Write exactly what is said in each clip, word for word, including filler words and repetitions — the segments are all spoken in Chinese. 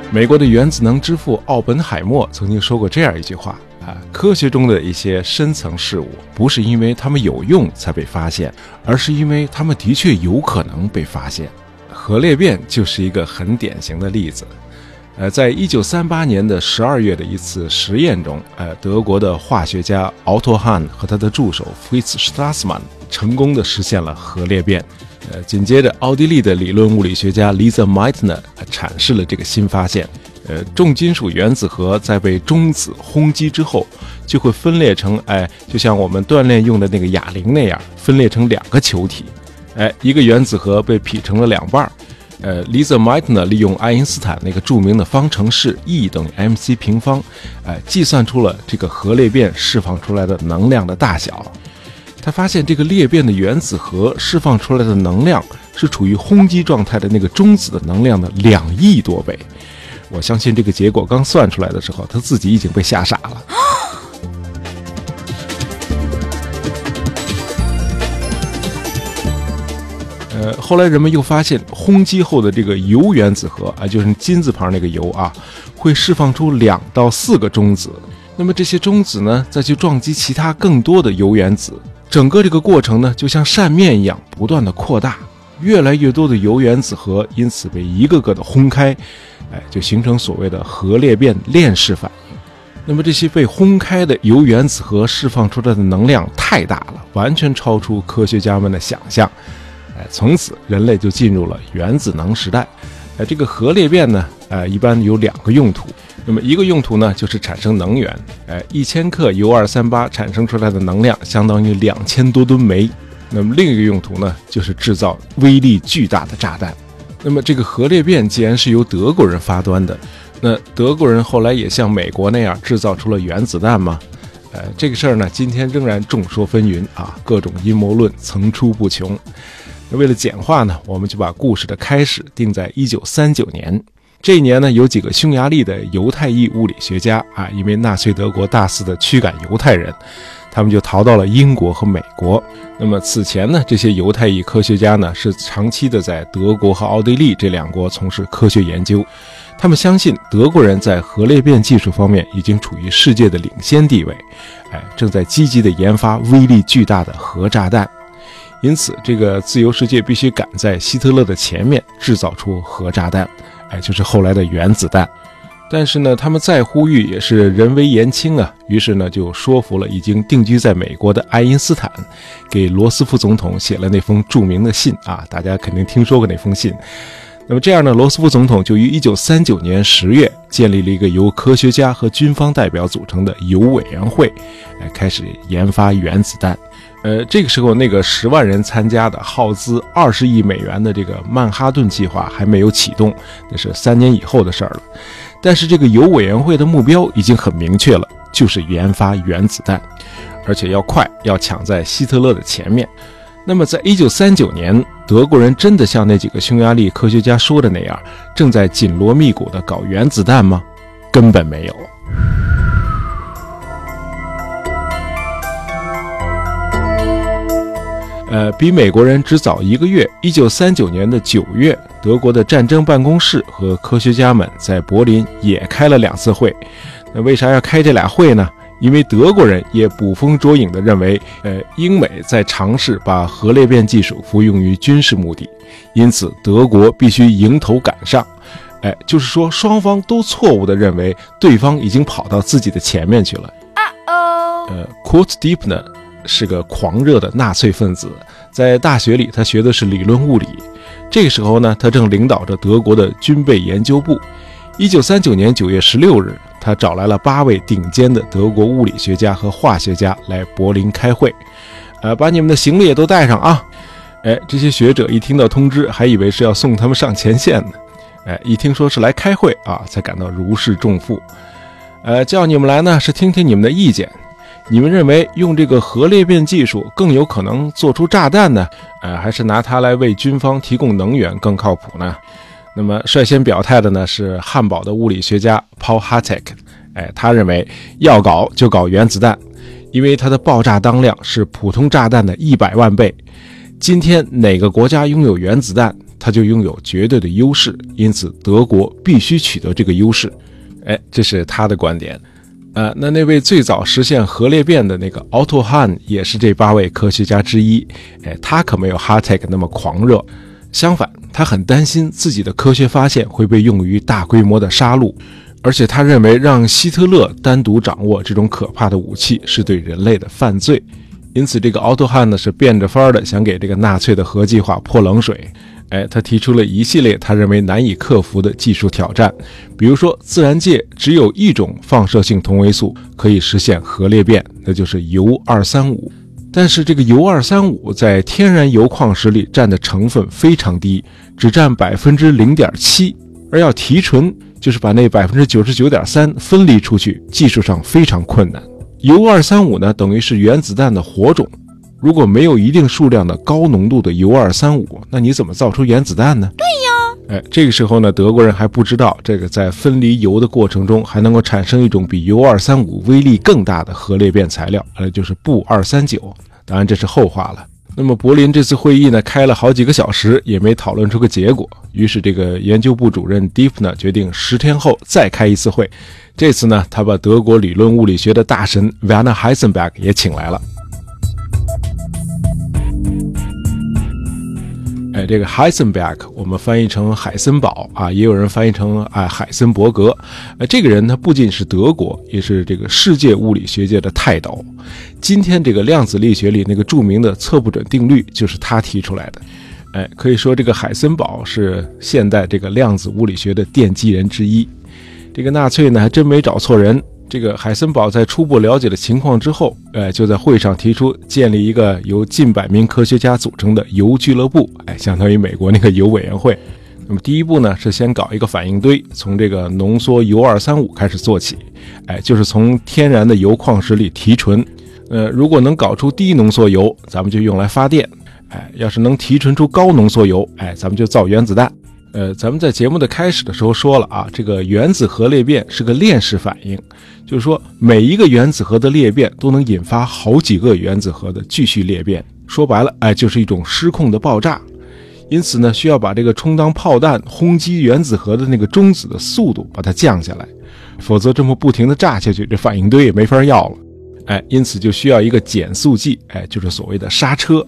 美国的原子能之父奥本海默曾经说过这样一句话啊，科学中的一些深层事物不是因为它们有用才被发现，而是因为它们的确有可能被发现。核裂变就是一个很典型的例子。呃，在一九三八年的十二月的一次实验中，呃，德国的化学家奥托·汉和他的助手 Fritz Strassmann 成功的实现了核裂变。呃，紧接着，奥地利的理论物理学家 Lisa Meitner 阐释了这个新发现。呃，重金属原子核在被中子轰击之后，就会分裂成，哎，就像我们锻炼用的那个哑铃那样，分裂成两个球体。哎，一个原子核被劈成了两半。呃 ，Lisa Meitner 利用爱因斯坦那个著名的方程式 E 等于 mc 平方，哎，计算出了这个核裂变释放出来的能量的大小。他发现这个裂变的原子核释放出来的能量是处于轰击状态的那个中子的能量的两亿多倍。我相信这个结果刚算出来的时候，他自己已经被吓傻了。呃，后来人们又发现，轰击后的这个铀原子核啊，就是金字旁那个铀啊，会释放出两到四个中子。那么这些中子呢，再去撞击其他更多的铀原子，整个这个过程呢，就像扇面一样不断的扩大，越来越多的铀原子核因此被一个个的轰开，哎，就形成所谓的核裂变链式反应。那么这些被轰开的铀原子核释放出来的能量太大了，完全超出科学家们的想象。哎，从此人类就进入了原子能时代。哎，这个核裂变呢，呃，一般有两个用途。那么一个用途呢，就是产生能源。哎，一千克铀二三八产生出来的能量相当于两千多吨煤。那么另一个用途呢，就是制造威力巨大的炸弹。那么这个核裂变既然是由德国人发端的，那德国人后来也像美国那样制造出了原子弹吗？呃，这个事儿呢，今天仍然众说纷纭啊，各种阴谋论层出不穷。为了简化呢，我们就把故事的开始定在一九三九年。这一年呢，有几个匈牙利的犹太裔物理学家啊，因为纳粹德国大肆的驱赶犹太人，他们就逃到了英国和美国。那么此前呢，这些犹太裔科学家呢，是长期的在德国和奥地利这两国从事科学研究。他们相信德国人在核裂变技术方面已经处于世界的领先地位，哎，正在积极的研发威力巨大的核炸弹。因此，这个自由世界必须赶在希特勒的前面制造出核炸弹，哎，就是后来的原子弹。但是呢，他们再呼吁也是人微言轻啊，于是呢，就说服了已经定居在美国的爱因斯坦，给罗斯福总统写了那封著名的信啊，大家肯定听说过那封信。那么这样呢，罗斯福总统就于一九三九年十月建立了一个由科学家和军方代表组成的铀委员会，哎，开始研发原子弹。呃，这个时候那个十万人参加的耗资二十亿美元的这个曼哈顿计划还没有启动，那是三年以后的事儿了。但是这个铀委员会的目标已经很明确了，就是研发原子弹，而且要快，要抢在希特勒的前面。那么在一九三九年，德国人真的像那几个匈牙利科学家说的那样，正在紧锣密鼓地搞原子弹吗？根本没有。呃，比美国人只早一个月，一九三九年的九月，德国的战争办公室和科学家们在柏林也开了两次会。那为啥要开这俩会呢？因为德国人也捕风捉影地认为，呃，英美在尝试把核裂变技术服用于军事目的，因此德国必须迎头赶上。哎，就是说双方都错误地认为对方已经跑到自己的前面去了。呃 Kurt Diepner 是个狂热的纳粹分子，在大学里他学的是理论物理。这个时候呢，他正领导着德国的军备研究部。一九三九年九月十六日，他找来了八位顶尖的德国物理学家和化学家来柏林开会。呃，把你们的行李也都带上啊！哎，这些学者一听到通知，还以为是要送他们上前线呢。哎，一听说是来开会啊，才感到如释重负。呃，叫你们来呢，是听听你们的意见。你们认为用这个核裂变技术更有可能做出炸弹呢？呃，还是拿它来为军方提供能源更靠谱呢？那么率先表态的呢是汉堡的物理学家 Paul Hartog， 哎，他认为要搞就搞原子弹，因为它的爆炸当量是普通炸弹的一百万倍。今天哪个国家拥有原子弹， 它就拥有绝对的优势，因此德国必须取得这个优势。哎，这是他的观点。呃，那那位最早实现核裂变的那个 Otto Hahn 也是这八位科学家之一。哎，他可没有 Harteg 那么狂热，相反，他很担心自己的科学发现会被用于大规模的杀戮，而且他认为让希特勒单独掌握这种可怕的武器是对人类的犯罪。因此，这个 Otto Hahn 呢是变着法儿的想给这个纳粹的核计划泼冷水。哎，他提出了一系列他认为难以克服的技术挑战，比如说，自然界只有一种放射性同位素可以实现核裂变，那就是铀二三五。但是这个铀二三五在天然铀矿石里占的成分非常低，只占 百分之零点七， 而要提纯，就是把那 百分之九十九点三 分离出去，技术上非常困难。铀二三五呢，等于是原子弹的火种。如果没有一定数量的高浓度的铀二三五，那你怎么造出原子弹呢？对呀。哎，这个时候呢，德国人还不知道，这个在分离铀的过程中，还能够产生一种比铀二三五威力更大的核裂变材料，呃，就是钚二三九。当然这是后话了。那么柏林这次会议呢，开了好几个小时，也没讨论出个结果。于是这个研究部主任 Dief 呢，决定十天后再开一次会。这次呢，他把德国理论物理学的大神 Werner Heisenberg 也请来了。哎，这个 Heisenberg 我们翻译成海森堡啊，也有人翻译成啊海森伯格。呃，这个人他不仅是德国，也是这个世界物理学界的泰斗。今天这个量子力学里那个著名的测不准定律就是他提出来的。哎，可以说这个海森堡是现代这个量子物理学的奠基人之一。这个纳粹呢还真没找错人。这个海森堡在初步了解了情况之后，呃，就在会上提出建立一个由近百名科学家组成的铀俱乐部，哎，相当于美国那个铀委员会。那么第一步呢，是先搞一个反应堆，从这个浓缩铀二三五开始做起，哎，就是从天然的铀矿石里提纯。呃，如果能搞出低浓缩铀，咱们就用来发电，哎，要是能提纯出高浓缩铀，哎，咱们就造原子弹。呃，咱们在节目的开始的时候说了啊，这个原子核裂变是个链式反应，就是说每一个原子核的裂变都能引发好几个原子核的继续裂变，说白了，哎，就是一种失控的爆炸。因此呢，需要把这个充当炮弹轰击原子核的那个中子的速度把它降下来，否则这么不停的炸下去，这反应堆也没法要了。哎，因此就需要一个减速剂，哎，就是所谓的刹车。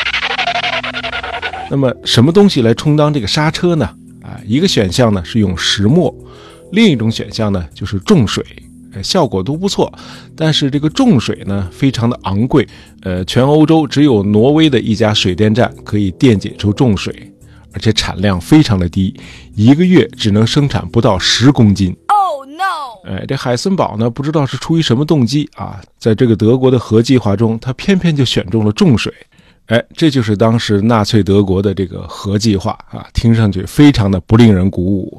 那么什么东西来充当这个刹车呢？啊，一个选项呢是用石墨，另一种选项呢就是重水，呃，效果都不错，但是这个重水呢非常的昂贵，呃，全欧洲只有挪威的一家水电站可以电解出重水，而且产量非常的低，一个月只能生产不到十公斤。Oh no！ 哎，这海森堡呢不知道是出于什么动机啊，在这个德国的核计划中，他偏偏就选中了重水。哎，这就是当时纳粹德国的这个核计划啊，听上去非常的不令人鼓舞。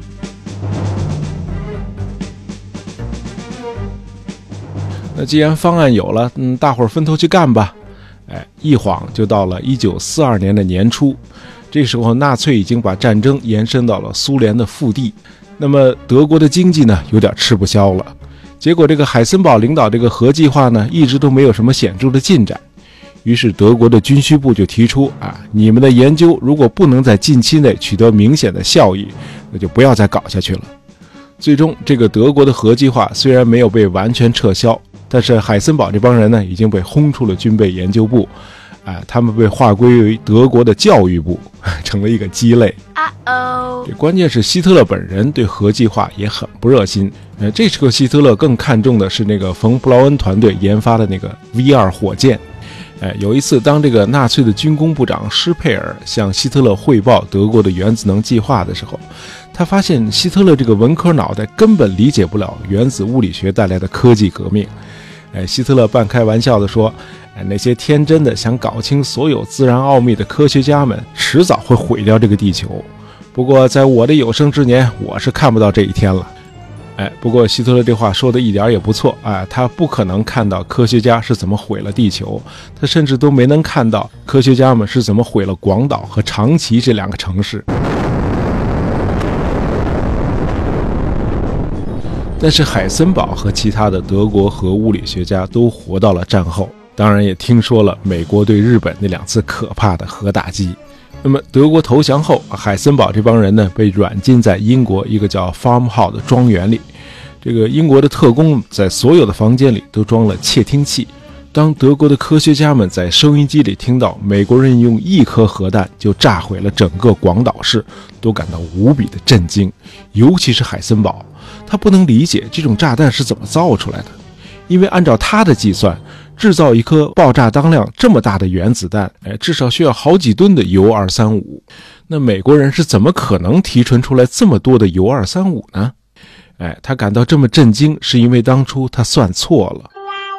那既然方案有了，嗯，大伙儿分头去干吧。哎，一晃就到了一九四二年的年初，这时候纳粹已经把战争延伸到了苏联的腹地，那么德国的经济呢，有点吃不消了。结果这个海森堡领导这个核计划呢，一直都没有什么显著的进展。于是德国的军需部就提出啊，你们的研究如果不能在近期内取得明显的效益，那就不要再搞下去了。最终这个德国的核计划虽然没有被完全撤销，但是海森堡这帮人呢已经被轰出了军备研究部，啊，他们被划归为德国的教育部，成了一个鸡肋。Uh-oh. 这关键是希特勒本人对核计划也很不热心，呃，这时候希特勒更看重的是那个冯布劳恩团队研发的那个 V 二 火箭。哎，有一次，当这个纳粹的军工部长施佩尔向希特勒汇报德国的原子能计划的时候，他发现希特勒这个文科脑袋根本理解不了原子物理学带来的科技革命。哎，希特勒半开玩笑地说，哎，那些天真的想搞清所有自然奥秘的科学家们，迟早会毁掉这个地球。不过在我的有生之年，我是看不到这一天了。哎，不过希特勒这话说的一点也不错，哎，他不可能看到科学家是怎么毁了地球，他甚至都没能看到科学家们是怎么毁了广岛和长崎这两个城市。但是海森堡和其他的德国核物理学家都活到了战后，当然也听说了美国对日本那两次可怕的核打击。 那么德国投降后，海森堡这帮人呢被软禁在英国一个叫 Farmhouse 的庄园里。这个英国的特工在所有的房间里都装了窃听器。当德国的科学家们在收音机里听到美国人用一颗核弹就炸毁了整个广岛市，都感到无比的震惊。尤其是海森堡，他不能理解这种炸弹是怎么造出来的，因为按照他的计算，制造一颗爆炸当量这么大的原子弹，哎，至少需要好几吨的铀二三五。那美国人是怎么可能提纯出来这么多的铀二三五呢？哎，他感到这么震惊，是因为当初他算错了。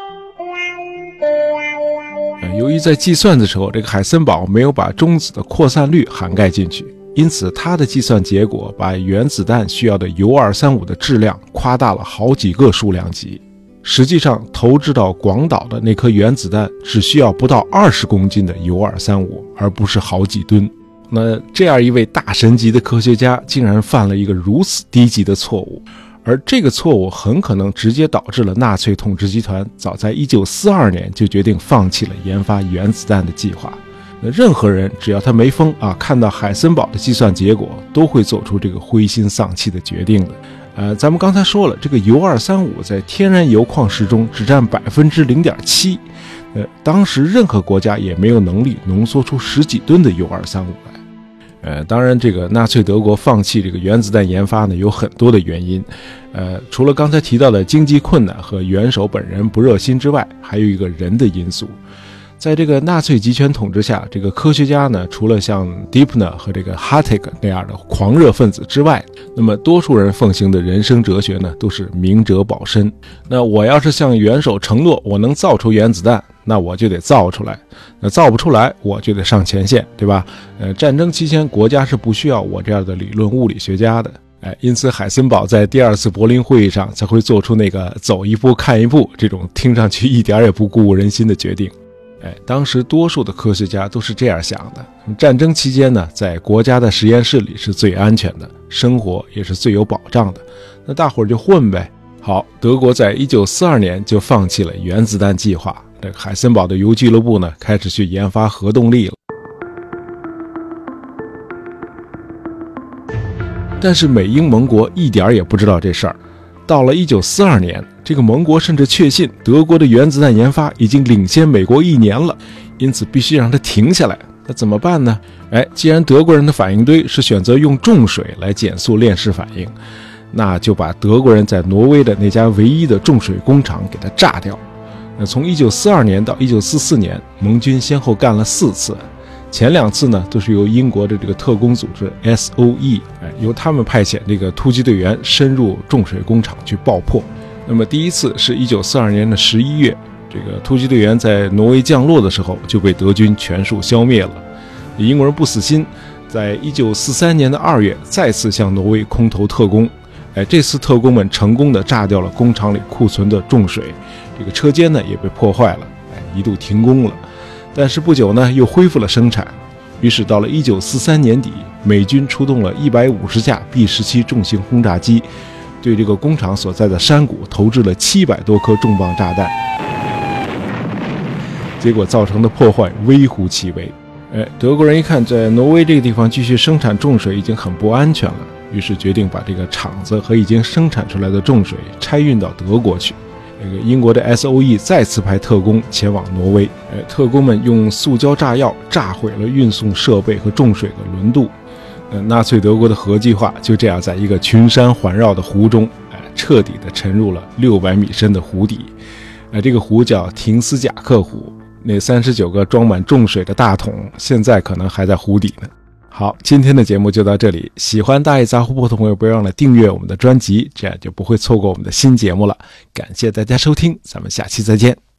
由于在计算的时候，这个海森堡没有把中子的扩散率涵盖进去，因此他的计算结果把原子弹需要的铀二三五的质量夸大了好几个数量级。实际上投掷到广岛的那颗原子弹只需要不到二十公斤的铀二三五，而不是好几吨。那这样一位大神级的科学家竟然犯了一个如此低级的错误，而这个错误很可能直接导致了纳粹统治集团早在一九四二年就决定放弃了研发原子弹的计划。那任何人只要他没疯啊，看到海森堡的计算结果，都会做出这个灰心丧气的决定的。呃，咱们刚才说了，这个铀二三五在天然铀矿石中只占百分之零点七，呃，当时任何国家也没有能力浓缩出十几吨的铀二三五来。呃，当然，这个纳粹德国放弃这个原子弹研发呢，有很多的原因。呃，除了刚才提到的经济困难和元首本人不热心之外，还有一个人的因素。在这个纳粹集权统治下，这个科学家呢，除了像 Dipner 和这个 Hartig 那样的狂热分子之外，那么多数人奉行的人生哲学呢，都是明哲保身。那我要是向元首承诺我能造出原子弹，那我就得造出来，那造不出来我就得上前线，对吧？呃，战争期间国家是不需要我这样的理论物理学家的。哎，因此海森堡在第二次柏林会议上才会做出那个走一步看一步这种听上去一点也不鼓舞人心的决定。哎，当时多数的科学家都是这样想的。战争期间呢，在国家的实验室里是最安全的，生活也是最有保障的，那大伙儿就混呗。好，德国在一九四二年就放弃了原子弹计划，这个海森堡的铀俱乐部呢，开始去研发核动力了。但是美英盟国一点也不知道这事儿。到了一九四二年，这个盟国甚至确信德国的原子弹研发已经领先美国一年了，因此必须让它停下来。那怎么办呢？哎，既然德国人的反应堆是选择用重水来减速链式反应，那就把德国人在挪威的那家唯一的重水工厂给它炸掉。那从一九四二年到一九四四年，盟军先后干了四次。前两次呢，都是由英国的这个特工组织 S O E， 哎，由他们派遣这个突击队员深入重水工厂去爆破。那么第一次是一九四二年的十一月，这个突击队员在挪威降落的时候就被德军全数消灭了。英国人不死心，在一九四三年的二月再次向挪威空投特工。哎，这次特工们成功的炸掉了工厂里库存的重水，这个车间呢也被破坏了，哎，一度停工了。但是不久呢，又恢复了生产。于是到了一九四三年底，美军出动了一百五十架 B 十七 重型轰炸机，对这个工厂所在的山谷投掷了七百多颗重磅炸弹，结果造成的破坏微乎其微。哎，德国人一看在挪威这个地方继续生产重水已经很不安全了，于是决定把这个厂子和已经生产出来的重水拆运到德国去。这个英国的 S O E 再次派特工前往挪威，哎，特工们用塑胶炸药炸毁了运送设备和重水的轮渡。呃，纳粹德国的核计划就这样在一个群山环绕的湖中，哎，彻底的沉入了六百米深的湖底。哎，这个湖叫廷斯贾克湖，那三十九个装满重水的大桶，现在可能还在湖底呢。好，今天的节目就到这里。喜欢大爷杂货铺的朋友，不要忘了订阅我们的专辑，这样就不会错过我们的新节目了。感谢大家收听，咱们下期再见。